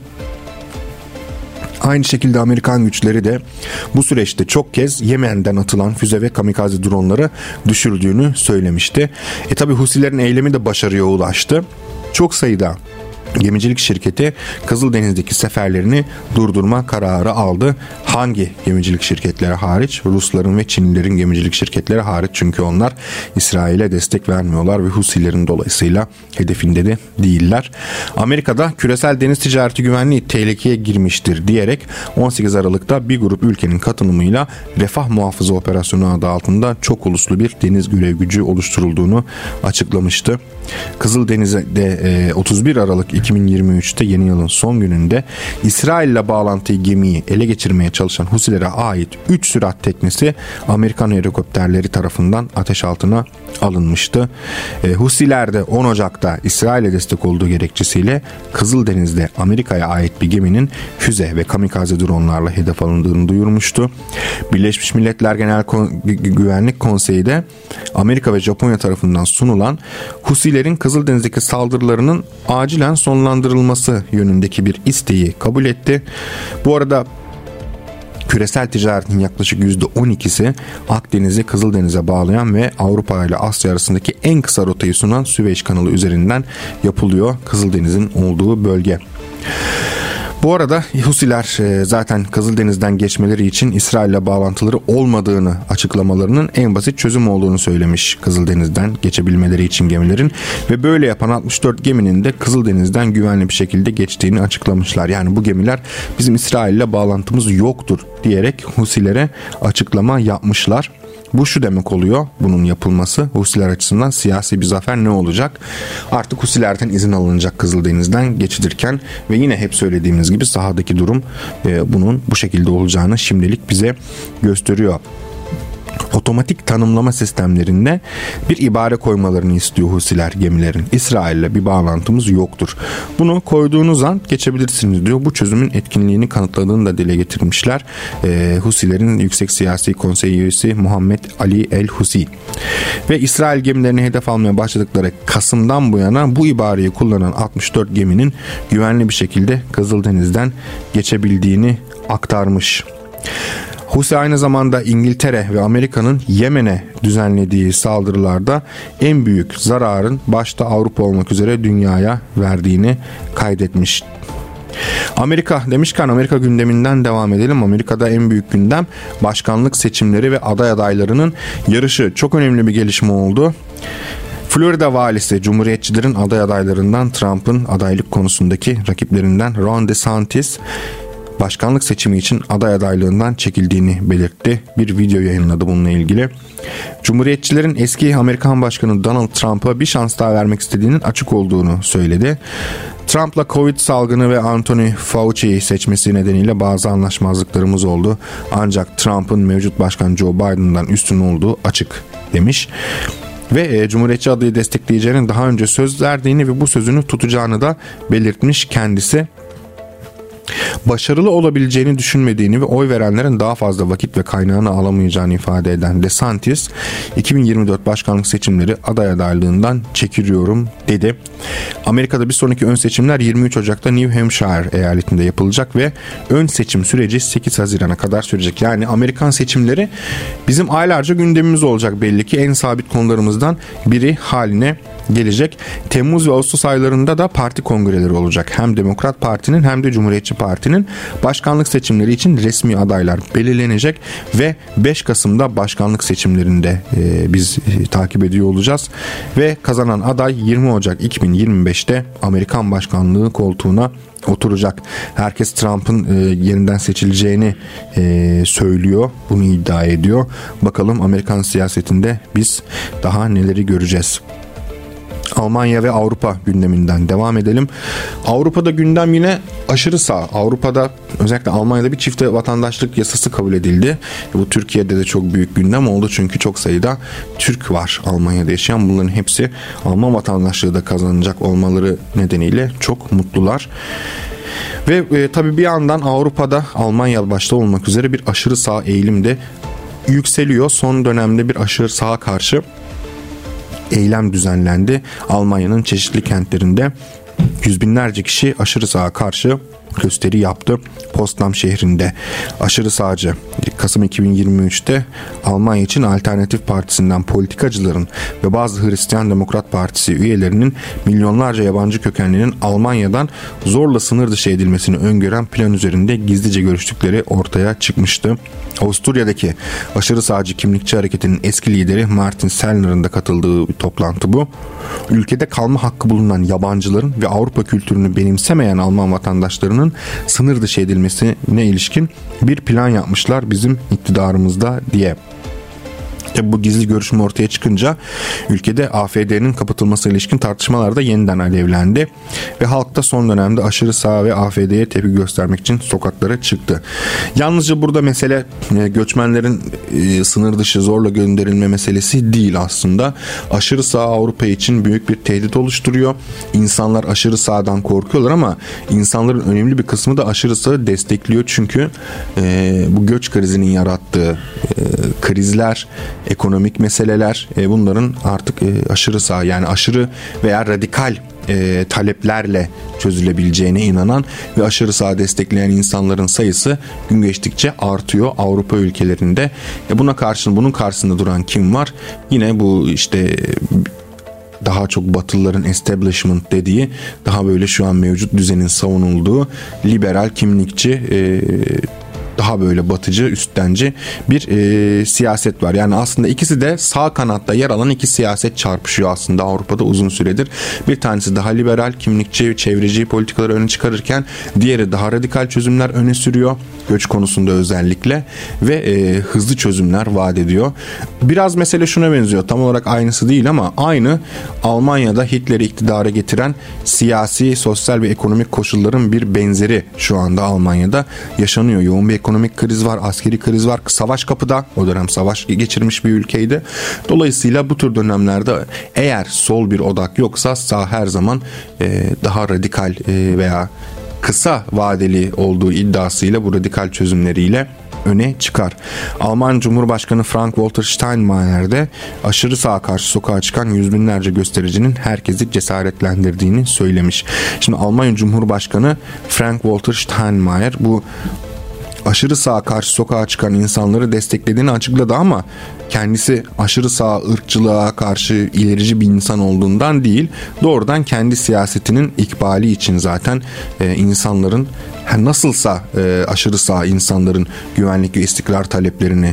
Aynı şekilde Amerikan güçleri de bu süreçte çok kez Yemen'den atılan füze ve kamikaze dronları düşürdüğünü söylemişti. E tabi Husilerin eylemi de başarıya ulaştı. Çok sayıda gemicilik şirketi Kızıldeniz'deki seferlerini durdurma kararı aldı. Hangi gemicilik şirketleri hariç? Rusların ve Çinlilerin gemicilik şirketleri hariç, çünkü onlar İsrail'e destek vermiyorlar ve Husilerin dolayısıyla hedefinde de değiller. Amerika'da küresel deniz ticareti güvenliği tehlikeye girmiştir diyerek on sekiz Aralık'ta bir grup ülkenin katılımıyla Refah Muhafızı Operasyonu adı altında çok uluslu bir deniz görev gücü oluşturulduğunu açıklamıştı. Kızıldeniz'de otuz bir Aralık iki bin yirmi üçte yeni yılın son gününde İsrail ile bağlantılı gemiyi ele geçirmeye çalışan Husilere ait üç sürat teknesi Amerikan helikopterleri tarafından ateş altına alınmıştı. E, Husiler de on Ocak'ta İsrail'e destek olduğu gerekçesiyle Kızıldeniz'de Amerika'ya ait bir geminin füze ve kamikaze dronlarla hedef alındığını duyurmuştu. Birleşmiş Milletler Genel Kon- Güvenlik Konseyi de Amerika ve Japonya tarafından sunulan Husilerin Kızıldeniz'deki saldırılarının acilen sonlandırılması yönündeki bir isteği kabul etti. Bu arada küresel ticaretin yaklaşık yüzde on ikisi Akdeniz'i Kızıldeniz'e bağlayan ve Avrupa ile Asya arasındaki en kısa rotayı sunan Süveyş kanalı üzerinden yapılıyor Kızıldeniz'in olduğu bölge. Bu arada Husiler zaten Kızıldeniz'den geçmeleri için İsrail'le bağlantıları olmadığını, açıklamalarının en basit çözüm olduğunu söylemiş Kızıldeniz'den geçebilmeleri için gemilerin ve böyle yapan altmış dört geminin de Kızıldeniz'den güvenli bir şekilde geçtiğini açıklamışlar. Yani bu gemiler bizim İsrail'le bağlantımız yoktur diyerek Husilere açıklama yapmışlar. Bu şu demek oluyor, bunun yapılması Husiler açısından siyasi bir zafer ne olacak? Artık Husilerden izin alınacak Kızıldeniz'den geçilirken ve yine hep söylediğimiz gibi sahadaki durum e, bunun bu şekilde olacağını şimdilik bize gösteriyor. Otomatik tanımlama sistemlerinde bir ibare koymalarını istiyor Husiler gemilerin. İsrail'le bir bağlantımız yoktur. Bunu koyduğunuz an geçebilirsiniz diyor. Bu çözümün etkinliğini kanıtladığını da dile getirmişler. Ee, Husilerin Yüksek Siyasi Konsey üyesi Muhammed Ali El Husi. Ve İsrail gemilerini hedef almaya başladıkları Kasım'dan bu yana bu ibareyi kullanan altmış dört geminin güvenli bir şekilde Kızıldeniz'den geçebildiğini aktarmış. Husi aynı zamanda İngiltere ve Amerika'nın Yemen'e düzenlediği saldırılarda en büyük zararın başta Avrupa olmak üzere dünyaya verdiğini kaydetmiş. Amerika demişken Amerika gündeminden devam edelim. Amerika'da en büyük gündem başkanlık seçimleri ve aday adaylarının yarışı. Çok önemli bir gelişme oldu. Florida valisi Cumhuriyetçilerin aday adaylarından Trump'ın adaylık konusundaki rakiplerinden Ron DeSantis başkanlık seçimi için aday adaylığından çekildiğini belirtti. Bir video yayınladı bununla ilgili. Cumhuriyetçilerin eski Amerikan Başkanı Donald Trump'a bir şans daha vermek istediğinin açık olduğunu söyledi. Trump'la Covid salgını ve Anthony Fauci'yi seçmesi nedeniyle bazı anlaşmazlıklarımız oldu. Ancak Trump'ın mevcut başkan Joe Biden'dan üstün olduğu açık demiş. Ve e, Cumhuriyetçi adayı destekleyeceğinin daha önce söz verdiğini ve bu sözünü tutacağını da belirtmiş kendisi. Başarılı olabileceğini düşünmediğini ve oy verenlerin daha fazla vakit ve kaynağını alamayacağını ifade eden DeSantis, iki bin yirmi dört başkanlık seçimleri aday adaylığından çekiliyorum dedi. Amerika'da bir sonraki ön seçimler yirmi üç Ocak'ta New Hampshire eyaletinde yapılacak ve ön seçim süreci sekiz Haziran'a kadar sürecek. Yani Amerikan seçimleri bizim aylarca gündemimiz olacak, belli ki en sabit konularımızdan biri haline gelecek. Temmuz ve Ağustos aylarında da parti kongreleri olacak. Hem Demokrat Parti'nin hem de Cumhuriyetçi Parti'nin başkanlık seçimleri için resmi adaylar belirlenecek ve beş Kasım'da başkanlık seçimlerinde e, biz e, takip ediyor olacağız ve kazanan aday yirmi Ocak iki bin yirmi beşte Amerikan başkanlığı koltuğuna oturacak. Herkes Trump'ın e, yeniden seçileceğini e, söylüyor. Bunu iddia ediyor. Bakalım Amerikan siyasetinde biz daha neleri göreceğiz. Almanya ve Avrupa gündeminden devam edelim. Avrupa'da gündem yine aşırı sağ. Avrupa'da, özellikle Almanya'da bir çifte vatandaşlık yasası kabul edildi. Bu Türkiye'de de çok büyük gündem oldu çünkü çok sayıda Türk var Almanya'da yaşayan. Bunların hepsi Alman vatandaşlığı da kazanacak olmaları nedeniyle çok mutlular. Ve e, tabii bir yandan Avrupa'da, Almanya başta olmak üzere, bir aşırı sağ eğilim de yükseliyor. Son dönemde bir aşırı sağa karşı eylem düzenlendi. Almanya'nın çeşitli kentlerinde yüz binlerce kişi aşırı sağa karşı gösteri yaptı. Potsdam şehrinde aşırı sağcı Kasım iki bin yirmi üçte Almanya için Alternatif Partisi'nden politikacıların ve bazı Hristiyan Demokrat Partisi üyelerinin milyonlarca yabancı kökenlinin Almanya'dan zorla sınır dışı edilmesini öngören plan üzerinde gizlice görüştükleri ortaya çıkmıştı. Avusturya'daki aşırı sağcı kimlikçi hareketinin eski lideri Martin Sellner'ın da katıldığı bir toplantı bu. Ülkede kalma hakkı bulunan yabancıların ve Avrupa kültürünü benimsemeyen Alman vatandaşlarının sınır dışı edilmesine ilişkin bir plan yapmışlar bizim iktidarımızda diye. Tabi bu gizli görüşme ortaya çıkınca ülkede A F D'nin kapatılmasına ilişkin tartışmalar da yeniden alevlendi ve halk da son dönemde aşırı sağ ve A F D'ye tepki göstermek için sokaklara çıktı. Yalnızca burada mesele göçmenlerin sınır dışı zorla gönderilme meselesi değil aslında. Aşırı sağ Avrupa için büyük bir tehdit oluşturuyor. İnsanlar aşırı sağdan korkuyorlar ama insanların önemli bir kısmı da aşırı sağı destekliyor çünkü e, bu göç krizinin yarattığı e, krizler, ekonomik meseleler, e, bunların artık e, aşırı sağ, yani aşırı veya radikal e, taleplerle çözülebileceğine inanan ve aşırı sağ destekleyen insanların sayısı gün geçtikçe artıyor Avrupa ülkelerinde. E, buna karşın bunun karşısında duran kim var? Yine bu işte daha çok Batılıların establishment dediği, daha böyle şu an mevcut düzenin savunulduğu liberal, kimlikçi, e, daha böyle batıcı, üsttenci bir e, siyaset var. Yani aslında ikisi de sağ kanatta yer alan iki siyaset çarpışıyor aslında Avrupa'da uzun süredir. Bir tanesi daha liberal, kimlikçi, çevreci politikaları öne çıkarırken diğeri daha radikal çözümler öne sürüyor. Göç konusunda özellikle ve e, hızlı çözümler vaat ediyor. Biraz mesele şuna benziyor. Tam olarak aynısı değil ama aynı Almanya'da Hitler'i iktidara getiren siyasi, sosyal ve ekonomik koşulların bir benzeri şu anda Almanya'da yaşanıyor. Yoğun bir ekonomik kriz var, askeri kriz var, savaş kapıda. O dönem savaş geçirmiş bir ülkeydi. Dolayısıyla bu tür dönemlerde eğer sol bir odak yoksa sağ her zaman e, daha radikal e, veya kısa vadeli olduğu iddiasıyla bu radikal çözümleriyle öne çıkar. Alman Cumhurbaşkanı Frank-Walter Steinmeier de aşırı sağa karşı sokağa çıkan yüz binlerce göstericinin herkesi cesaretlendirdiğini söylemiş. Şimdi Almanya Cumhurbaşkanı Frank-Walter Steinmeier bu aşırı sağa karşı sokağa çıkan insanları desteklediğini açıkladı ama kendisi aşırı sağ, ırkçılığa karşı ilerici bir insan olduğundan değil, doğrudan kendi siyasetinin ikbali için zaten e, insanların nasılsa e, aşırı sağ insanların güvenlik ve istikrar taleplerini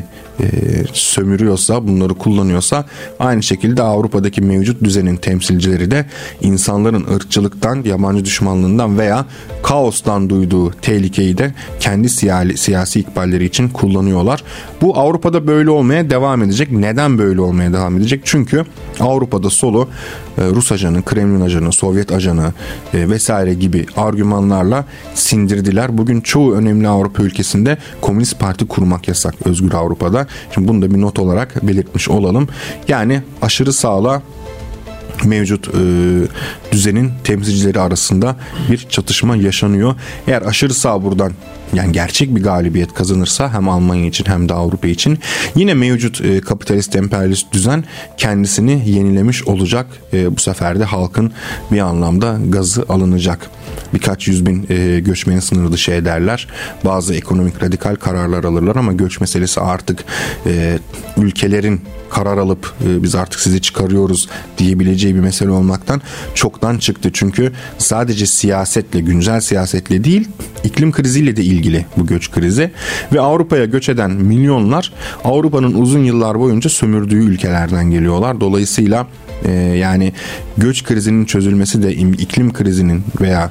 e, sömürüyorsa, bunları kullanıyorsa, aynı şekilde Avrupa'daki mevcut düzenin temsilcileri de insanların ırkçılıktan, yabancı düşmanlığından veya kaostan duyduğu tehlikeyi de kendi siyasi, siyasi ikballeri için kullanıyorlar. Bu Avrupa'da böyle olmaya devam edecek. Neden böyle olmaya devam edecek? Çünkü Avrupa'da solu e, Rus ajanı, Kremlin ajanı, Sovyet ajanı e, vesaire gibi argümanlarla sindirdiler. Bugün çoğu önemli Avrupa ülkesinde Komünist Parti kurmak yasak özgür Avrupa'da. Şimdi bunu da bir not olarak belirtmiş olalım. Yani aşırı sağla mevcut e, düzenin temsilcileri arasında bir çatışma yaşanıyor. Eğer aşırı sağ buradan yani gerçek bir galibiyet kazanırsa hem Almanya için hem de Avrupa için yine mevcut e, kapitalist emperyalist düzen kendisini yenilemiş olacak. E, bu sefer de halkın bir anlamda gazı alınacak. Birkaç yüz bin e, göçmeni sınır dışı ederler. Bazı ekonomik radikal kararlar alırlar ama göç meselesi artık e, ülkelerin karar alıp e, biz artık sizi çıkarıyoruz diyebileceği bir mesele olmaktan çoktan çıktı. Çünkü sadece siyasetle, güncel siyasetle değil, iklim kriziyle de ilgili bu göç krizi ve Avrupa'ya göç eden milyonlar Avrupa'nın uzun yıllar boyunca sömürdüğü ülkelerden geliyorlar. Dolayısıyla e, yani göç krizinin çözülmesi de iklim krizinin veya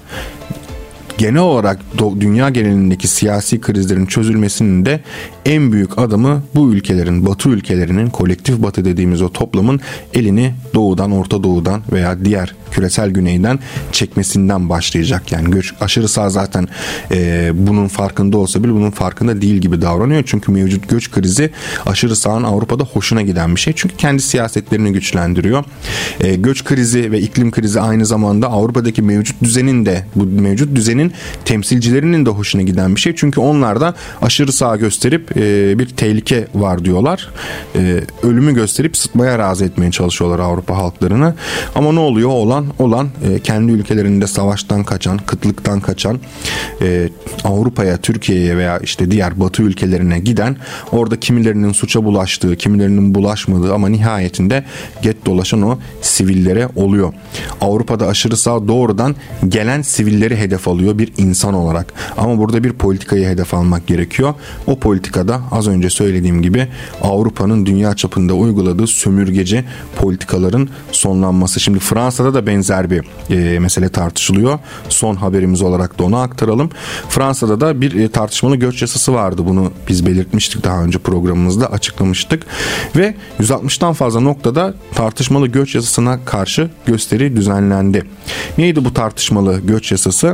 genel olarak dünya genelindeki siyasi krizlerin çözülmesinin de en büyük adımı bu ülkelerin, Batı ülkelerinin, kolektif Batı dediğimiz o toplamın elini doğudan, Orta Doğu'dan veya diğer küresel güneyden çekmesinden başlayacak. Yani göç, aşırı sağ zaten e, bunun farkında olsa bile bunun farkında değil gibi davranıyor. Çünkü mevcut göç krizi aşırı sağın Avrupa'da hoşuna giden bir şey. Çünkü kendi siyasetlerini güçlendiriyor. E, göç krizi ve iklim krizi aynı zamanda Avrupa'daki mevcut düzenin de, bu mevcut düzenin temsilcilerinin de hoşuna giden bir şey. Çünkü onlar da aşırı sağ gösterip e, bir tehlike var diyorlar. E, ölümü gösterip sıtmaya razı etmeye çalışıyorlar Avrupa halklarını. Ama ne oluyor? Olan olan e, kendi ülkelerinde savaştan kaçan, kıtlıktan kaçan, e, Avrupa'ya, Türkiye'ye veya işte diğer Batı ülkelerine giden, orada kimilerinin suça bulaştığı, kimilerinin bulaşmadığı ama nihayetinde get dolaşan o sivillere oluyor. Avrupa'da aşırı sağ doğrudan gelen sivilleri hedef alıyor bir insan olarak. Ama burada bir politikayı hedef almak gerekiyor. O politikada az önce söylediğim gibi Avrupa'nın dünya çapında uyguladığı sömürgeci politikaların sonlanması. Şimdi Fransa'da da benzer bir e, mesele tartışılıyor. Son haberimiz olarak da onu aktaralım. Fransa'da da bir e, tartışmalı göç yasası vardı. Bunu biz belirtmiştik daha önce programımızda açıklamıştık. Ve yüz altmıştan fazla noktada tartışmalı göç yasasına karşı gösteri düzenlendi. Neydi bu tartışmalı göç yasası?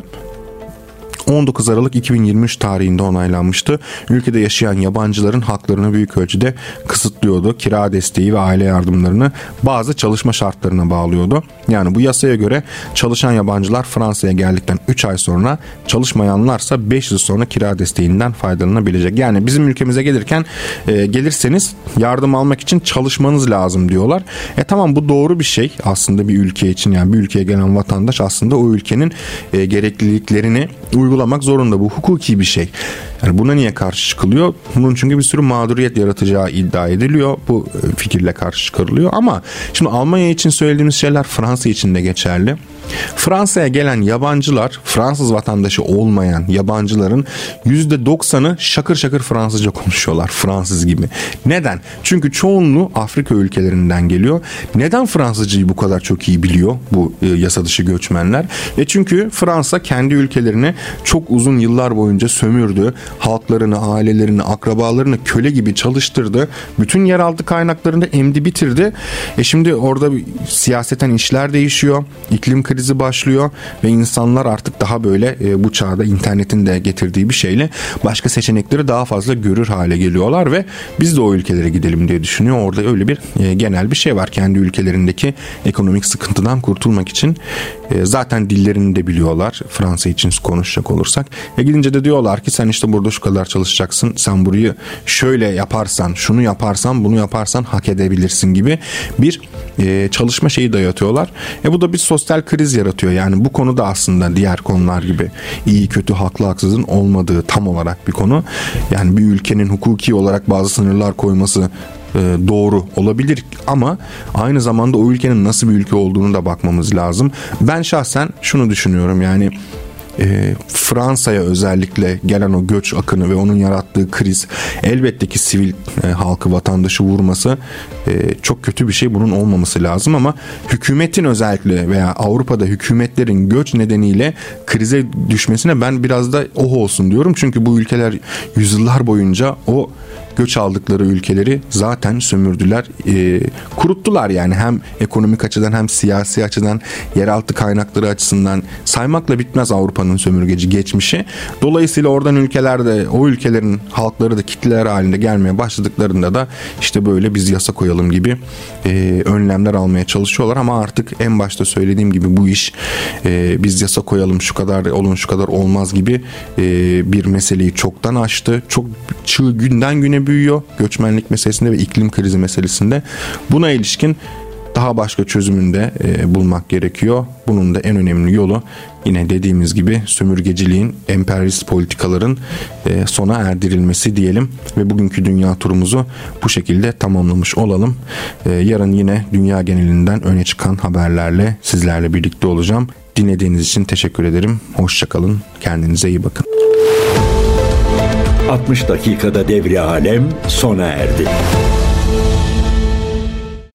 on dokuz Aralık iki bin yirmi üç tarihinde onaylanmıştı. Ülkede yaşayan yabancıların haklarını büyük ölçüde kısıtlıyordu. Kira desteği ve aile yardımlarını bazı çalışma şartlarına bağlıyordu. Yani bu yasaya göre çalışan yabancılar Fransa'ya geldikten üç ay sonra, çalışmayanlarsa beş yıl sonra kira desteğinden faydalanabilecek. Yani bizim ülkemize gelirken e, gelirseniz yardım almak için çalışmanız lazım diyorlar. E tamam, bu doğru bir şey aslında bir ülke için. Yani bir ülkeye gelen vatandaş aslında o ülkenin e, gerekliliklerini uygulamak zorunda. Bu hukuki bir şey. Yani buna niye karşı çıkılıyor? Bunun çünkü bir sürü mağduriyet yaratacağı iddia ediliyor. Bu fikirle karşı çıkarılıyor. Ama şimdi Almanya için söylediğimiz şeyler Fransa için de geçerli. Fransa'ya gelen yabancılar, Fransız vatandaşı olmayan yabancıların yüzde doksanı şakır şakır Fransızca konuşuyorlar. Fransız gibi. Neden? Çünkü çoğunluğu Afrika ülkelerinden geliyor. Neden Fransızcayı bu kadar çok iyi biliyor bu e, yasa dışı göçmenler? E çünkü Fransa kendi ülkelerini çok uzun yıllar boyunca sömürdü. Halklarını, ailelerini, akrabalarını köle gibi çalıştırdı. Bütün yeraltı kaynaklarını emdi bitirdi. E şimdi orada siyaseten işler değişiyor. İklim krizi başlıyor ve insanlar artık daha böyle e, bu çağda internetin de getirdiği bir şeyle başka seçenekleri daha fazla görür hale geliyorlar ve biz de o ülkelere gidelim diye düşünüyor. Orada öyle bir e, genel bir şey var. Kendi ülkelerindeki ekonomik sıkıntıdan kurtulmak için e, zaten dillerini de biliyorlar. Fransa için konuşacak olursak. E gidince de diyorlar ki sen işte burada şu kadar çalışacaksın. Sen burayı şöyle yaparsan, şunu yaparsan, bunu yaparsan hak edebilirsin gibi bir e, çalışma şeyi dayatıyorlar. E bu da bir sosyal kriz yaratıyor. Yani bu konu da aslında diğer konular gibi iyi, kötü, haklı, haksızın olmadığı tam olarak bir konu. Yani bir ülkenin hukuki olarak bazı sınırlar koyması doğru olabilir ama aynı zamanda o ülkenin nasıl bir ülke olduğunu da bakmamız lazım. Ben şahsen şunu düşünüyorum, yani e, Fransa'ya özellikle gelen o göç akını ve onun yarattığı kriz, elbette ki sivil e, halkı, vatandaşı vurması e, çok kötü bir şey. Bunun olmaması lazım ama hükümetin özellikle veya Avrupa'da hükümetlerin göç nedeniyle krize düşmesine ben biraz da oh olsun diyorum. Çünkü bu ülkeler yüzyıllar boyunca o göç aldıkları ülkeleri zaten sömürdüler, e, kuruttular yani, hem ekonomik açıdan hem siyasi açıdan, yeraltı kaynakları açısından saymakla bitmez Avrupa'nın sömürgeci geçmişi. Dolayısıyla oradan ülkelerde, o ülkelerin halkları da kitleler halinde gelmeye başladıklarında da işte böyle biz yasa koyalım gibi e, önlemler almaya çalışıyorlar ama artık en başta söylediğim gibi bu iş e, biz yasa koyalım, şu kadar olun, şu kadar olmaz gibi e, bir meseleyi çoktan aştı. Çok çığ günden güne büyüyor göçmenlik meselesinde ve iklim krizi meselesinde. Buna ilişkin daha başka çözümünde e, bulmak gerekiyor. Bunun da en önemli yolu yine dediğimiz gibi sömürgeciliğin, emperyalist politikaların e, sona erdirilmesi diyelim ve bugünkü dünya turumuzu bu şekilde tamamlamış olalım. E, yarın yine dünya genelinden öne çıkan haberlerle sizlerle birlikte olacağım. Dinlediğiniz için teşekkür ederim. Hoşça kalın. Kendinize iyi bakın. altmış dakikada devri alem sona erdi.